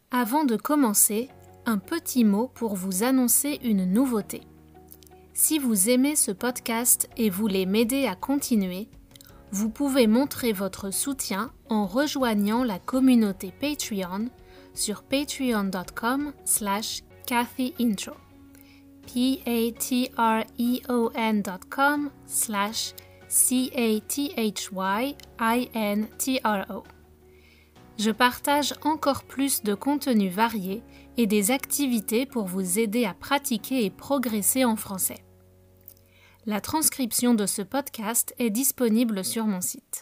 Avant de commencer, un petit mot pour vous annoncer une nouveauté. Si vous aimez ce podcast et voulez m'aider à continuer, vous pouvez montrer votre soutien en rejoignant la communauté Patreon sur patreon.com/KathyIntro. patreon.com/CathyIntro. Je partage encore plus de contenus variés et des activités pour vous aider à pratiquer et progresser en français. La transcription de ce podcast est disponible sur mon site.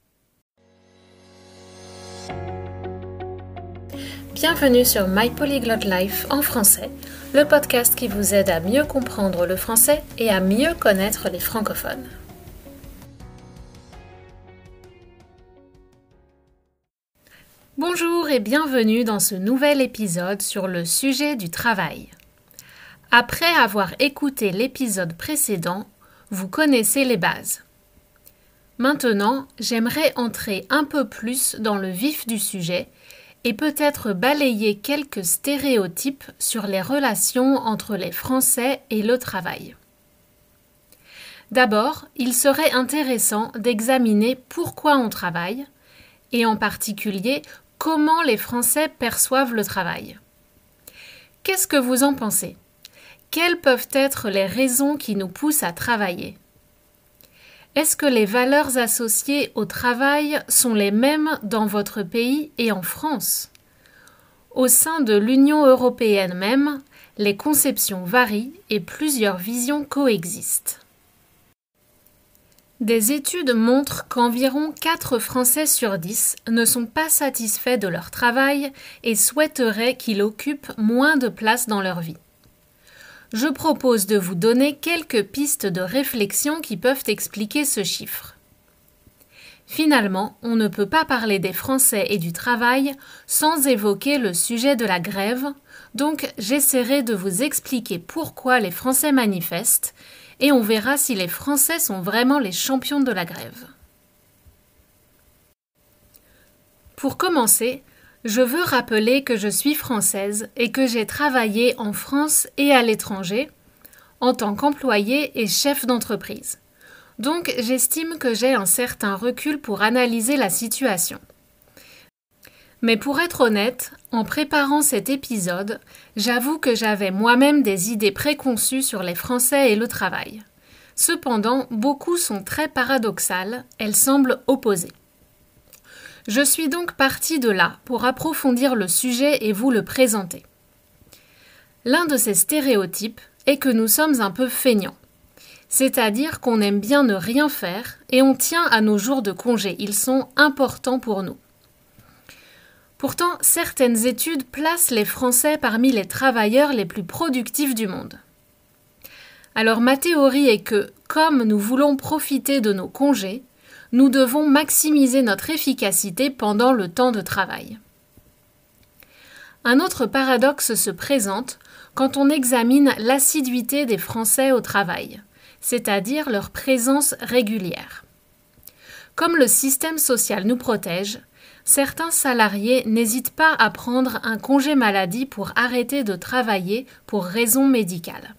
Bienvenue sur My Polyglot Life en français, le podcast qui vous aide à mieux comprendre le français et à mieux connaître les francophones. Bonjour et bienvenue dans ce nouvel épisode sur le sujet du travail. Après avoir écouté l'épisode précédent, vous connaissez les bases. Maintenant, j'aimerais entrer un peu plus dans le vif du sujet et peut-être balayer quelques stéréotypes sur les relations entre les Français et le travail. D'abord, il serait intéressant d'examiner pourquoi on travaille, et en particulier comment les Français perçoivent le travail. Qu'est-ce que vous en pensez ? Quelles peuvent être les raisons qui nous poussent à travailler ? Est-ce que les valeurs associées au travail sont les mêmes dans votre pays et en France ? Au sein de l'Union européenne même, les conceptions varient et plusieurs visions coexistent. Des études montrent qu'environ 4 Français sur 10 ne sont pas satisfaits de leur travail et souhaiteraient qu'il occupe moins de place dans leur vie. Je propose de vous donner quelques pistes de réflexion qui peuvent expliquer ce chiffre. Finalement, on ne peut pas parler des Français et du travail sans évoquer le sujet de la grève, donc j'essaierai de vous expliquer pourquoi les Français manifestent et on verra si les Français sont vraiment les champions de la grève. Pour commencer, je veux rappeler que je suis française et que j'ai travaillé en France et à l'étranger en tant qu'employée et chef d'entreprise. Donc j'estime que j'ai un certain recul pour analyser la situation. Mais pour être honnête, en préparant cet épisode, j'avoue que j'avais moi-même des idées préconçues sur les Français et le travail. Cependant, beaucoup sont très paradoxales, elles semblent opposées. Je suis donc partie de là pour approfondir le sujet et vous le présenter. L'un de ces stéréotypes est que nous sommes un peu feignants. C'est-à-dire qu'on aime bien ne rien faire et on tient à nos jours de congé, ils sont importants pour nous. Pourtant, certaines études placent les Français parmi les travailleurs les plus productifs du monde. Alors ma théorie est que, comme nous voulons profiter de nos congés, nous devons maximiser notre efficacité pendant le temps de travail. Un autre paradoxe se présente quand on examine l'assiduité des Français au travail, c'est-à-dire leur présence régulière. Comme le système social nous protège, certains salariés n'hésitent pas à prendre un congé maladie pour arrêter de travailler pour raison médicale.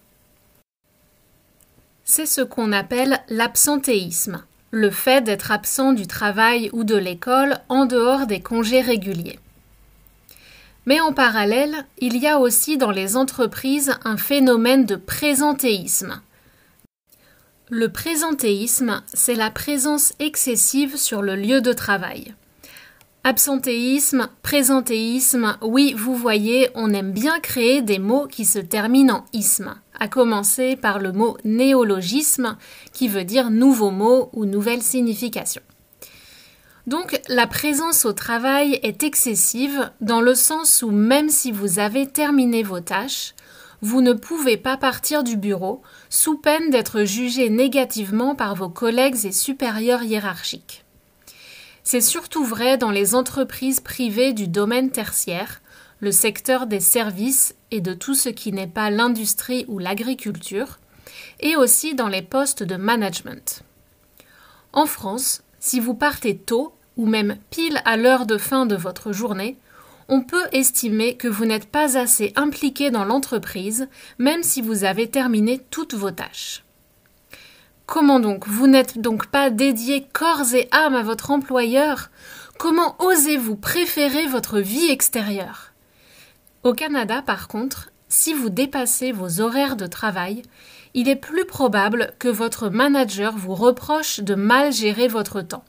C'est ce qu'on appelle l'absentéisme, le fait d'être absent du travail ou de l'école en dehors des congés réguliers. Mais en parallèle, il y a aussi dans les entreprises un phénomène de présentéisme. Le présentéisme, c'est la présence excessive sur le lieu de travail. Absentéisme, présentéisme, oui, vous voyez, on aime bien créer des mots qui se terminent en isme, à commencer par le mot néologisme, qui veut dire nouveau mot ou nouvelle signification. Donc, la présence au travail est excessive dans le sens où même si vous avez terminé vos tâches, vous ne pouvez pas partir du bureau sous peine d'être jugé négativement par vos collègues et supérieurs hiérarchiques. C'est surtout vrai dans les entreprises privées du domaine tertiaire, le secteur des services et de tout ce qui n'est pas l'industrie ou l'agriculture, et aussi dans les postes de management. En France, si vous partez tôt ou même pile à l'heure de fin de votre journée, on peut estimer que vous n'êtes pas assez impliqué dans l'entreprise, même si vous avez terminé toutes vos tâches. Comment donc? Vous n'êtes donc pas dédié corps et âme à votre employeur? Comment osez-vous préférer votre vie extérieure? Au Canada, par contre, si vous dépassez vos horaires de travail, il est plus probable que votre manager vous reproche de mal gérer votre temps.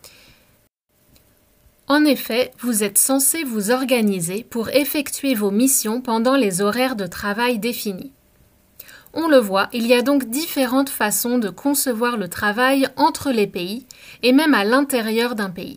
En effet, vous êtes censé vous organiser pour effectuer vos missions pendant les horaires de travail définis. On le voit, il y a donc différentes façons de concevoir le travail entre les pays et même à l'intérieur d'un pays.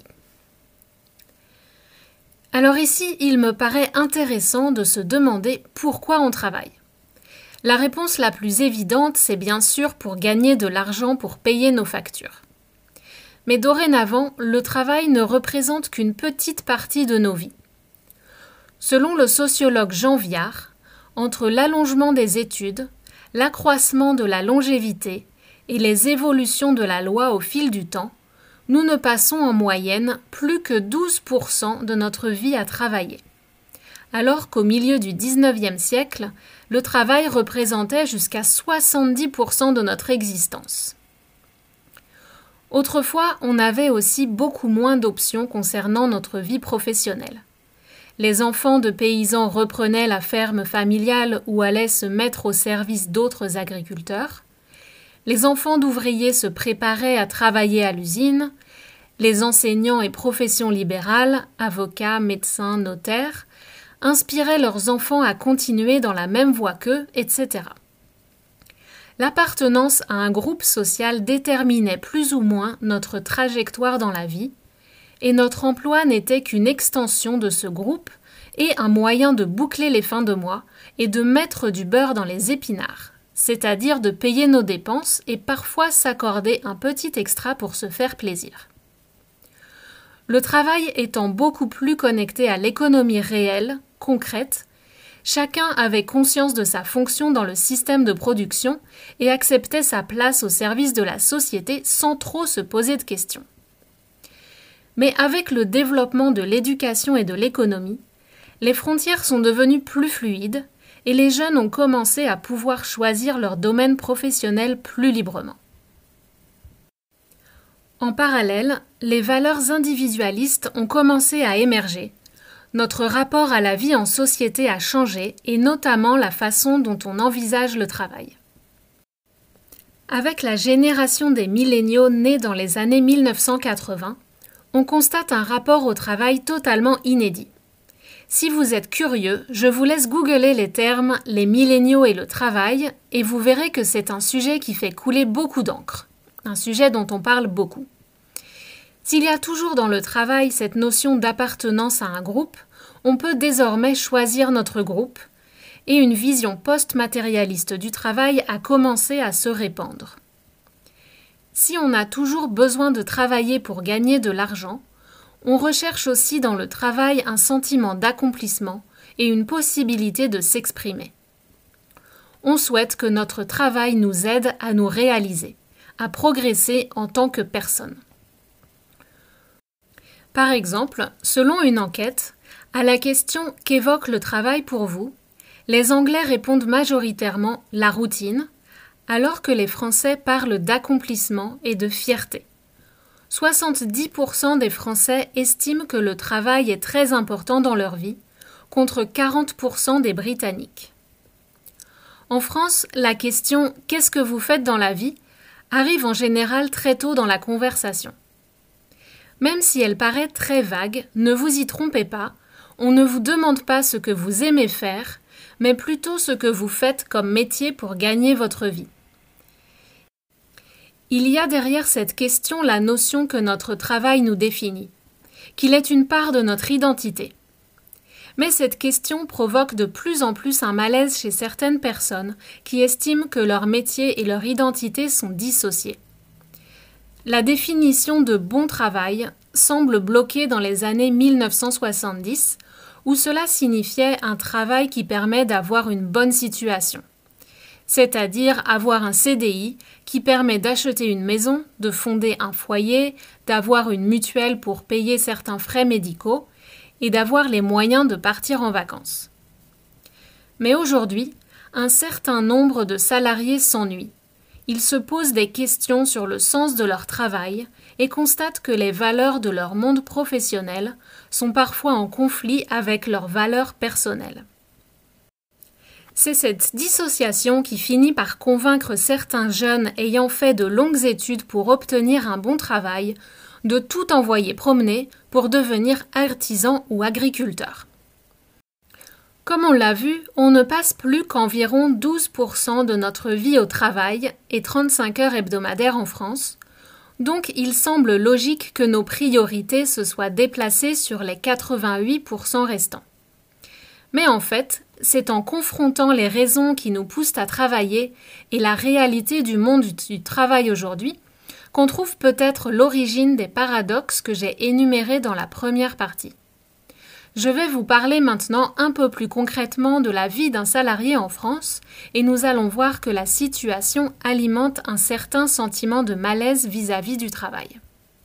Alors ici, il me paraît intéressant de se demander pourquoi on travaille. La réponse la plus évidente, c'est bien sûr pour gagner de l'argent pour payer nos factures. Mais dorénavant, le travail ne représente qu'une petite partie de nos vies. Selon le sociologue Jean Viard, entre l'allongement des études, l'accroissement de la longévité et les évolutions de la loi au fil du temps, nous ne passons en moyenne plus que 12% de notre vie à travailler. Alors qu'au milieu du XIXe siècle, le travail représentait jusqu'à 70% de notre existence. Autrefois, on avait aussi beaucoup moins d'options concernant notre vie professionnelle. Les enfants de paysans reprenaient la ferme familiale ou allaient se mettre au service d'autres agriculteurs. Les enfants d'ouvriers se préparaient à travailler à l'usine. Les enseignants et professions libérales, avocats, médecins, notaires, inspiraient leurs enfants à continuer dans la même voie qu'eux, etc. L'appartenance à un groupe social déterminait plus ou moins notre trajectoire dans la vie, et notre emploi n'était qu'une extension de ce groupe et un moyen de boucler les fins de mois et de mettre du beurre dans les épinards, c'est-à-dire de payer nos dépenses et parfois s'accorder un petit extra pour se faire plaisir. Le travail étant beaucoup plus connecté à l'économie réelle, concrète, chacun avait conscience de sa fonction dans le système de production et acceptait sa place au service de la société sans trop se poser de questions. Mais avec le développement de l'éducation et de l'économie, les frontières sont devenues plus fluides et les jeunes ont commencé à pouvoir choisir leur domaine professionnel plus librement. En parallèle, les valeurs individualistes ont commencé à émerger. Notre rapport à la vie en société a changé et notamment la façon dont on envisage le travail. Avec la génération des milléniaux nés dans les années 1980, on constate un rapport au travail totalement inédit. Si vous êtes curieux, je vous laisse googler les termes « les milléniaux et le travail » et vous verrez que c'est un sujet qui fait couler beaucoup d'encre, un sujet dont on parle beaucoup. S'il y a toujours dans le travail cette notion d'appartenance à un groupe, on peut désormais choisir notre groupe et une vision post-matérialiste du travail a commencé à se répandre. Si on a toujours besoin de travailler pour gagner de l'argent, on recherche aussi dans le travail un sentiment d'accomplissement et une possibilité de s'exprimer. On souhaite que notre travail nous aide à nous réaliser, à progresser en tant que personne. Par exemple, selon une enquête, à la question « Qu'évoque le travail pour vous ?», les Anglais répondent majoritairement « la routine », alors que les Français parlent d'accomplissement et de fierté. 70% des Français estiment que le travail est très important dans leur vie, contre 40% des Britanniques. En France, la question « Qu'est-ce que vous faites dans la vie ?», arrive en général très tôt dans la conversation. Même si elle paraît très vague, ne vous y trompez pas, on ne vous demande pas ce que vous aimez faire, mais plutôt ce que vous faites comme métier pour gagner votre vie. Il y a derrière cette question la notion que notre travail nous définit, qu'il est une part de notre identité. Mais cette question provoque de plus en plus un malaise chez certaines personnes qui estiment que leur métier et leur identité sont dissociés. La définition de bon travail semble bloquée dans les années 1970, où cela signifiait un travail qui permet d'avoir une bonne situation, c'est-à-dire avoir un CDI qui permet d'acheter une maison, de fonder un foyer, d'avoir une mutuelle pour payer certains frais médicaux et d'avoir les moyens de partir en vacances. Mais aujourd'hui, un certain nombre de salariés s'ennuient. Ils se posent des questions sur le sens de leur travail et constatent que les valeurs de leur monde professionnel sont parfois en conflit avec leurs valeurs personnelles. C'est cette dissociation qui finit par convaincre certains jeunes ayant fait de longues études pour obtenir un bon travail de tout envoyer promener pour devenir artisan ou agriculteur. Comme on l'a vu, on ne passe plus qu'environ 12% de notre vie au travail et 35 heures hebdomadaires en France, donc il semble logique que nos priorités se soient déplacées sur les 88% restants. Mais en fait, c'est en confrontant les raisons qui nous poussent à travailler et la réalité du monde du travail aujourd'hui qu'on trouve peut-être l'origine des paradoxes que j'ai énumérés dans la première partie. Je vais vous parler maintenant un peu plus concrètement de la vie d'un salarié en France et nous allons voir que la situation alimente un certain sentiment de malaise vis-à-vis du travail.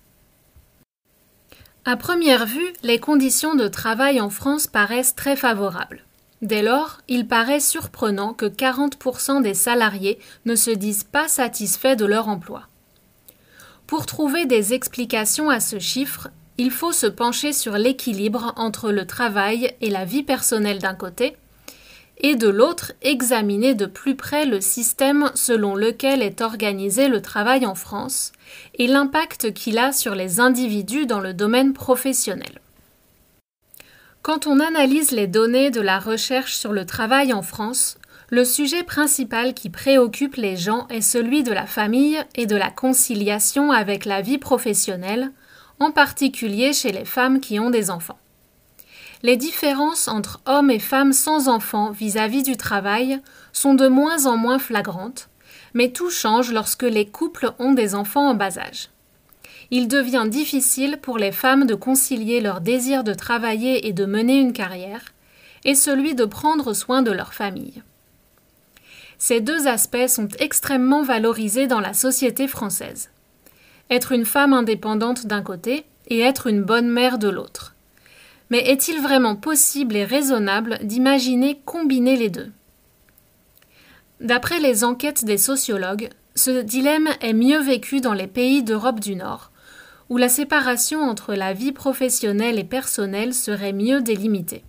À première vue, les conditions de travail en France paraissent très favorables. Dès lors, il paraît surprenant que 40% des salariés ne se disent pas satisfaits de leur emploi. Pour trouver des explications à ce chiffre, il faut se pencher sur l'équilibre entre le travail et la vie personnelle d'un côté, et de l'autre, examiner de plus près le système selon lequel est organisé le travail en France et l'impact qu'il a sur les individus dans le domaine professionnel. Quand on analyse les données de la recherche sur le travail en France, le sujet principal qui préoccupe les gens est celui de la famille et de la conciliation avec la vie professionnelle, en particulier chez les femmes qui ont des enfants. Les différences entre hommes et femmes sans enfants vis-à-vis du travail sont de moins en moins flagrantes, mais tout change lorsque les couples ont des enfants en bas âge. Il devient difficile pour les femmes de concilier leur désir de travailler et de mener une carrière, et celui de prendre soin de leur famille. Ces deux aspects sont extrêmement valorisés dans la société française. Être une femme indépendante d'un côté et être une bonne mère de l'autre. Mais est-il vraiment possible et raisonnable d'imaginer combiner les deux ? D'après les enquêtes des sociologues, ce dilemme est mieux vécu dans les pays d'Europe du Nord, où la séparation entre la vie professionnelle et personnelle serait mieux délimitée.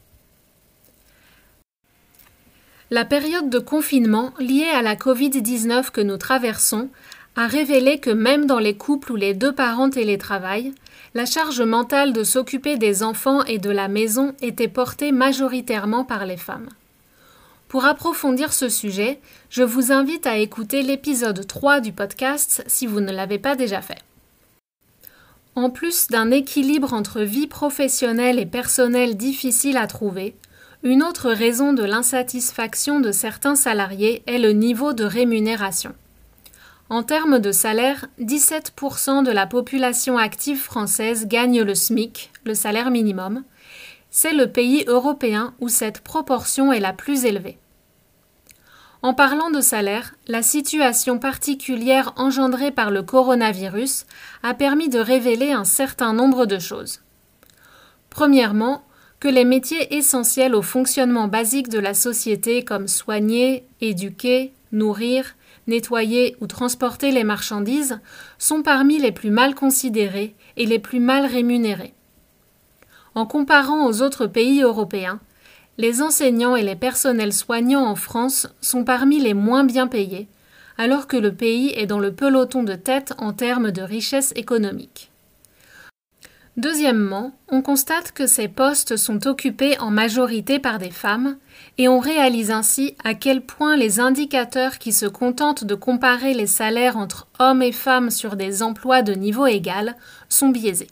La période de confinement liée à la Covid-19 que nous traversons a révélé que même dans les couples où les deux parents télétravaillent, la charge mentale de s'occuper des enfants et de la maison était portée majoritairement par les femmes. Pour approfondir ce sujet, je vous invite à écouter l'épisode 3 du podcast si vous ne l'avez pas déjà fait. En plus d'un équilibre entre vie professionnelle et personnelle difficile à trouver, une autre raison de l'insatisfaction de certains salariés est le niveau de rémunération. En termes de salaire, 17% de la population active française gagne le SMIC, le salaire minimum. C'est le pays européen où cette proportion est la plus élevée. En parlant de salaire, la situation particulière engendrée par le coronavirus a permis de révéler un certain nombre de choses. Premièrement, que les métiers essentiels au fonctionnement basique de la société comme soigner, éduquer, nourrir, nettoyer ou transporter les marchandises sont parmi les plus mal considérés et les plus mal rémunérés. En comparant aux autres pays européens, les enseignants et les personnels soignants en France sont parmi les moins bien payés, alors que le pays est dans le peloton de tête en termes de richesse économique. Deuxièmement, on constate que ces postes sont occupés en majorité par des femmes et on réalise ainsi à quel point les indicateurs qui se contentent de comparer les salaires entre hommes et femmes sur des emplois de niveau égal sont biaisés.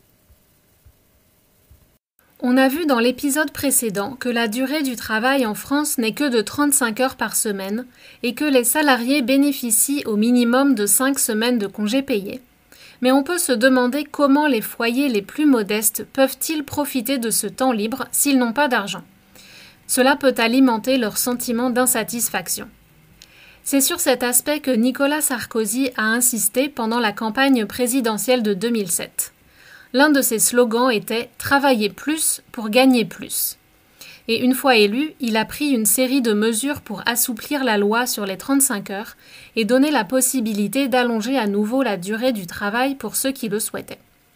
On a vu dans l'épisode précédent que la durée du travail en France n'est que de 35 heures par semaine et que les salariés bénéficient au minimum de 5 semaines de congés payés. Mais on peut se demander comment les foyers les plus modestes peuvent-ils profiter de ce temps libre s'ils n'ont pas d'argent. Cela peut alimenter leur sentiment d'insatisfaction. C'est sur cet aspect que Nicolas Sarkozy a insisté pendant la campagne présidentielle de 2007. L'un de ses slogans était « Travailler plus pour gagner plus ». Et une fois élu, il a pris une série de mesures pour assouplir la loi sur les 35 heures et donner la possibilité d'allonger à nouveau la durée du travail pour ceux qui le souhaitaient.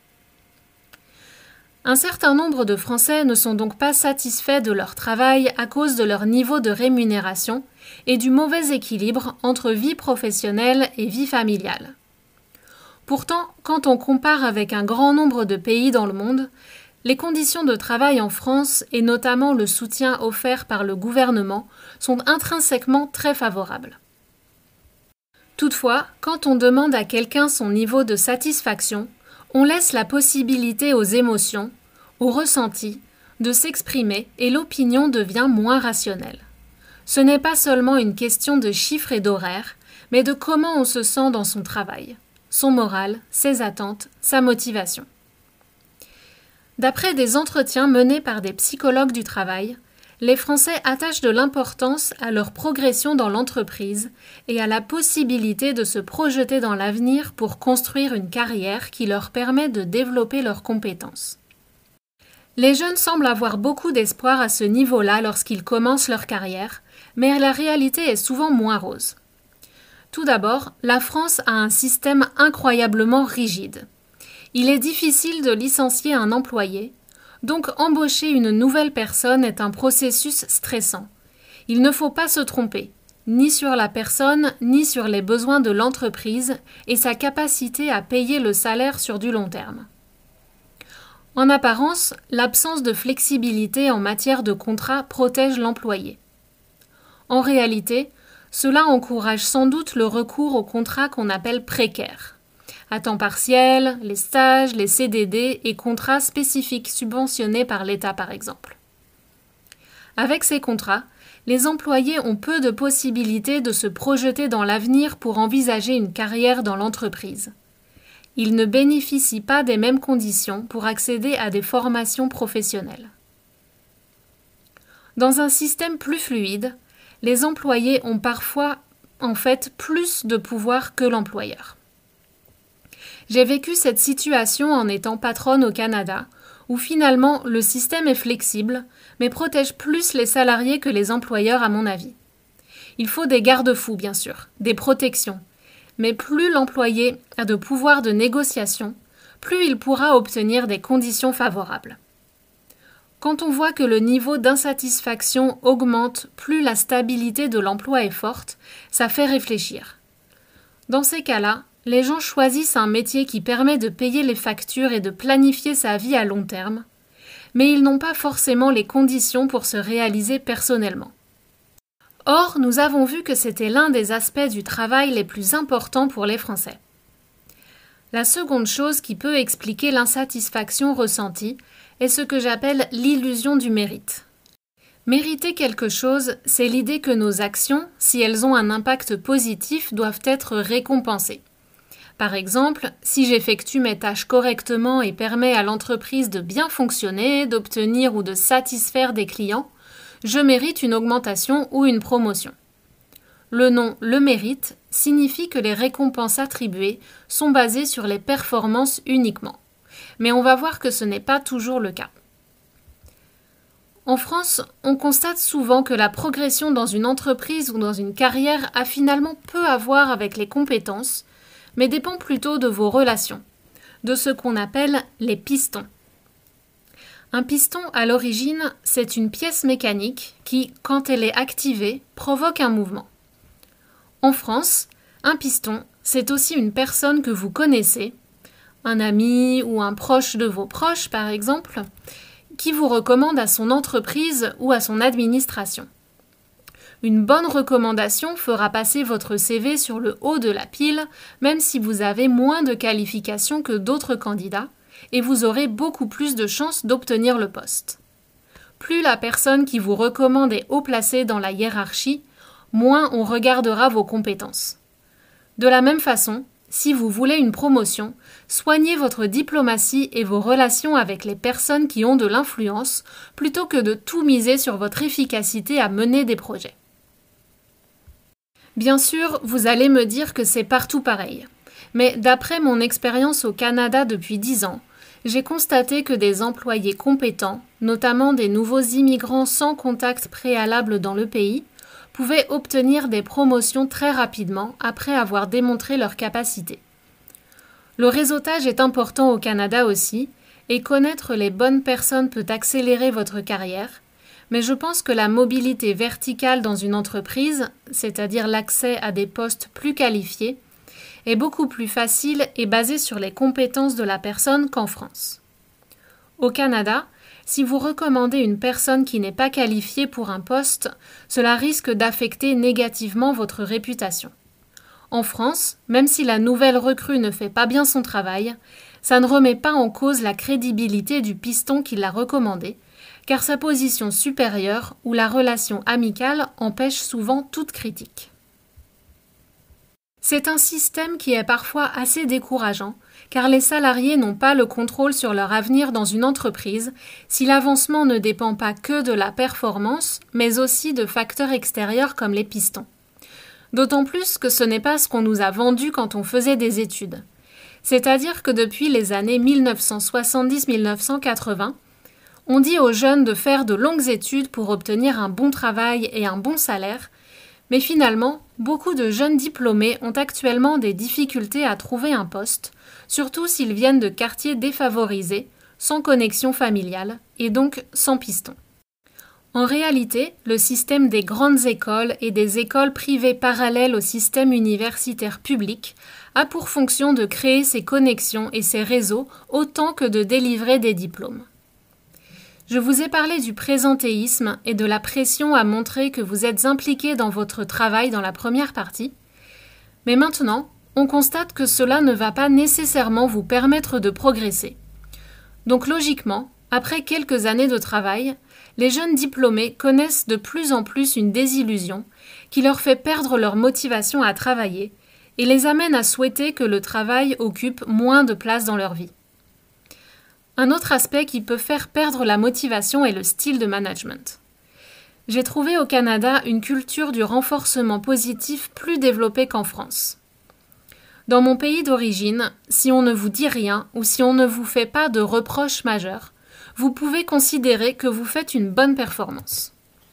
Un certain nombre de Français ne sont donc pas satisfaits de leur travail à cause de leur niveau de rémunération et du mauvais équilibre entre vie professionnelle et vie familiale. Pourtant, quand on compare avec un grand nombre de pays dans le monde, les conditions de travail en France et notamment le soutien offert par le gouvernement sont intrinsèquement très favorables. Toutefois, quand on demande à quelqu'un son niveau de satisfaction, on laisse la possibilité aux émotions, aux ressentis, de s'exprimer et l'opinion devient moins rationnelle. Ce n'est pas seulement une question de chiffres et d'horaires, mais de comment on se sent dans son travail, son moral, ses attentes, sa motivation. D'après des entretiens menés par des psychologues du travail, les Français attachent de l'importance à leur progression dans l'entreprise et à la possibilité de se projeter dans l'avenir pour construire une carrière qui leur permet de développer leurs compétences. Les jeunes semblent avoir beaucoup d'espoir à ce niveau-là lorsqu'ils commencent leur carrière, mais la réalité est souvent moins rose. Tout d'abord, la France a un système incroyablement rigide. Il est difficile de licencier un employé, donc embaucher une nouvelle personne est un processus stressant. Il ne faut pas se tromper, ni sur la personne, ni sur les besoins de l'entreprise et sa capacité à payer le salaire sur du long terme. En apparence, l'absence de flexibilité en matière de contrat protège l'employé. En réalité, cela encourage sans doute le recours aux contrats qu'on appelle précaires. À temps partiel, les stages, les CDD et contrats spécifiques subventionnés par l'État par exemple. Avec ces contrats, les employés ont peu de possibilités de se projeter dans l'avenir pour envisager une carrière dans l'entreprise. Ils ne bénéficient pas des mêmes conditions pour accéder à des formations professionnelles. Dans un système plus fluide, les employés ont parfois plus de pouvoir que l'employeur. J'ai vécu cette situation en étant patronne au Canada, où finalement le système est flexible, mais protège plus les salariés que les employeurs à mon avis. Il faut des garde-fous bien sûr, des protections, mais plus l'employé a de pouvoir de négociation, plus il pourra obtenir des conditions favorables. Quand on voit que le niveau d'insatisfaction augmente, plus la stabilité de l'emploi est forte, ça fait réfléchir. Dans ces cas-là, les gens choisissent un métier qui permet de payer les factures et de planifier sa vie à long terme, mais ils n'ont pas forcément les conditions pour se réaliser personnellement. Or, nous avons vu que c'était l'un des aspects du travail les plus importants pour les Français. La seconde chose qui peut expliquer l'insatisfaction ressentie est ce que j'appelle l'illusion du mérite. Mériter quelque chose, c'est l'idée que nos actions, si elles ont un impact positif, doivent être récompensées. Par exemple, si j'effectue mes tâches correctement et permets à l'entreprise de bien fonctionner, d'obtenir ou de satisfaire des clients, je mérite une augmentation ou une promotion. Le nom « le mérite » signifie que les récompenses attribuées sont basées sur les performances uniquement. Mais on va voir que ce n'est pas toujours le cas. En France, on constate souvent que la progression dans une entreprise ou dans une carrière a finalement peu à voir avec les compétences, mais dépend plutôt de vos relations, de ce qu'on appelle les pistons. Un piston, à l'origine, c'est une pièce mécanique qui, quand elle est activée, provoque un mouvement. En France, un piston, c'est aussi une personne que vous connaissez, un ami ou un proche de vos proches par exemple, qui vous recommande à son entreprise ou à son administration. Une bonne recommandation fera passer votre CV sur le haut de la pile, même si vous avez moins de qualifications que d'autres candidats, et vous aurez beaucoup plus de chances d'obtenir le poste. Plus la personne qui vous recommande est haut placée dans la hiérarchie, moins on regardera vos compétences. De la même façon, si vous voulez une promotion, soignez votre diplomatie et vos relations avec les personnes qui ont de l'influence, plutôt que de tout miser sur votre efficacité à mener des projets. Bien sûr, vous allez me dire que c'est partout pareil. Mais d'après mon expérience au Canada depuis 10 ans, j'ai constaté que des employés compétents, notamment des nouveaux immigrants sans contact préalable dans le pays, pouvaient obtenir des promotions très rapidement après avoir démontré leurs capacités. Le réseautage est important au Canada aussi, et connaître les bonnes personnes peut accélérer votre carrière, mais je pense que la mobilité verticale dans une entreprise, c'est-à-dire l'accès à des postes plus qualifiés, est beaucoup plus facile et basée sur les compétences de la personne qu'en France. Au Canada, si vous recommandez une personne qui n'est pas qualifiée pour un poste, cela risque d'affecter négativement votre réputation. En France, même si la nouvelle recrue ne fait pas bien son travail, ça ne remet pas en cause la crédibilité du piston qui l'a recommandé, car sa position supérieure ou la relation amicale empêche souvent toute critique. C'est un système qui est parfois assez décourageant, car les salariés n'ont pas le contrôle sur leur avenir dans une entreprise si l'avancement ne dépend pas que de la performance, mais aussi de facteurs extérieurs comme les pistons. D'autant plus que ce n'est pas ce qu'on nous a vendu quand on faisait des études. C'est-à-dire que depuis les années 1970-1980, on dit aux jeunes de faire de longues études pour obtenir un bon travail et un bon salaire, mais finalement, beaucoup de jeunes diplômés ont actuellement des difficultés à trouver un poste, surtout s'ils viennent de quartiers défavorisés, sans connexion familiale, et donc sans piston. En réalité, le système des grandes écoles et des écoles privées parallèles au système universitaire public a pour fonction de créer ces connexions et ces réseaux autant que de délivrer des diplômes. Je vous ai parlé du présentéisme et de la pression à montrer que vous êtes impliqué dans votre travail dans la première partie, mais maintenant, on constate que cela ne va pas nécessairement vous permettre de progresser. Donc logiquement, après quelques années de travail, les jeunes diplômés connaissent de plus en plus une désillusion qui leur fait perdre leur motivation à travailler et les amène à souhaiter que le travail occupe moins de place dans leur vie. Un autre aspect qui peut faire perdre la motivation est le style de management. J'ai trouvé au Canada une culture du renforcement positif plus développée qu'en France. Dans mon pays d'origine, si on ne vous dit rien ou si on ne vous fait pas de reproches majeurs, vous pouvez considérer que vous faites une bonne performance.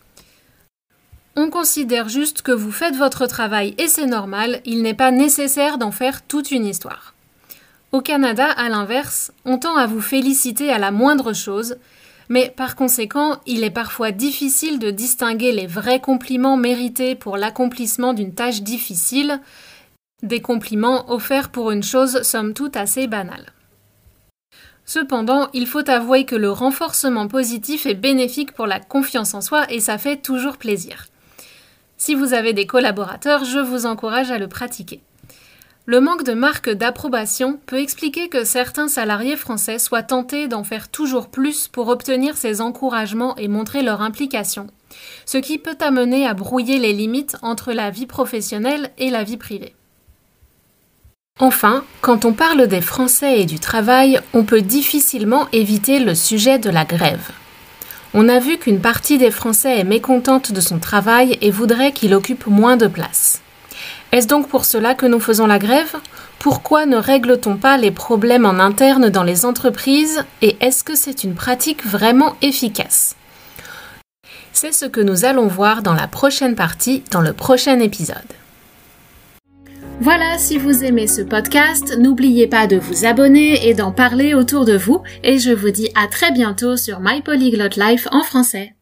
On considère juste que vous faites votre travail et c'est normal, il n'est pas nécessaire d'en faire toute une histoire. Au Canada, à l'inverse, on tend à vous féliciter à la moindre chose, mais par conséquent, il est parfois difficile de distinguer les vrais compliments mérités pour l'accomplissement d'une tâche difficile des compliments offerts pour une chose somme toute assez banale. Cependant, il faut avouer que le renforcement positif est bénéfique pour la confiance en soi et ça fait toujours plaisir. Si vous avez des collaborateurs, je vous encourage à le pratiquer. Le manque de marque d'approbation peut expliquer que certains salariés français soient tentés d'en faire toujours plus pour obtenir ces encouragements et montrer leur implication, ce qui peut amener à brouiller les limites entre la vie professionnelle et la vie privée. Enfin, quand on parle des Français et du travail, on peut difficilement éviter le sujet de la grève. On a vu qu'une partie des Français est mécontente de son travail et voudrait qu'il occupe moins de place. Est-ce donc pour cela que nous faisons la grève ? Pourquoi ne règle-t-on pas les problèmes en interne dans les entreprises et est-ce que c'est une pratique vraiment efficace ? C'est ce que nous allons voir dans la prochaine partie, dans le prochain épisode. Voilà, si vous aimez ce podcast, n'oubliez pas de vous abonner et d'en parler autour de vous et je vous dis à très bientôt sur My Polyglot Life en français.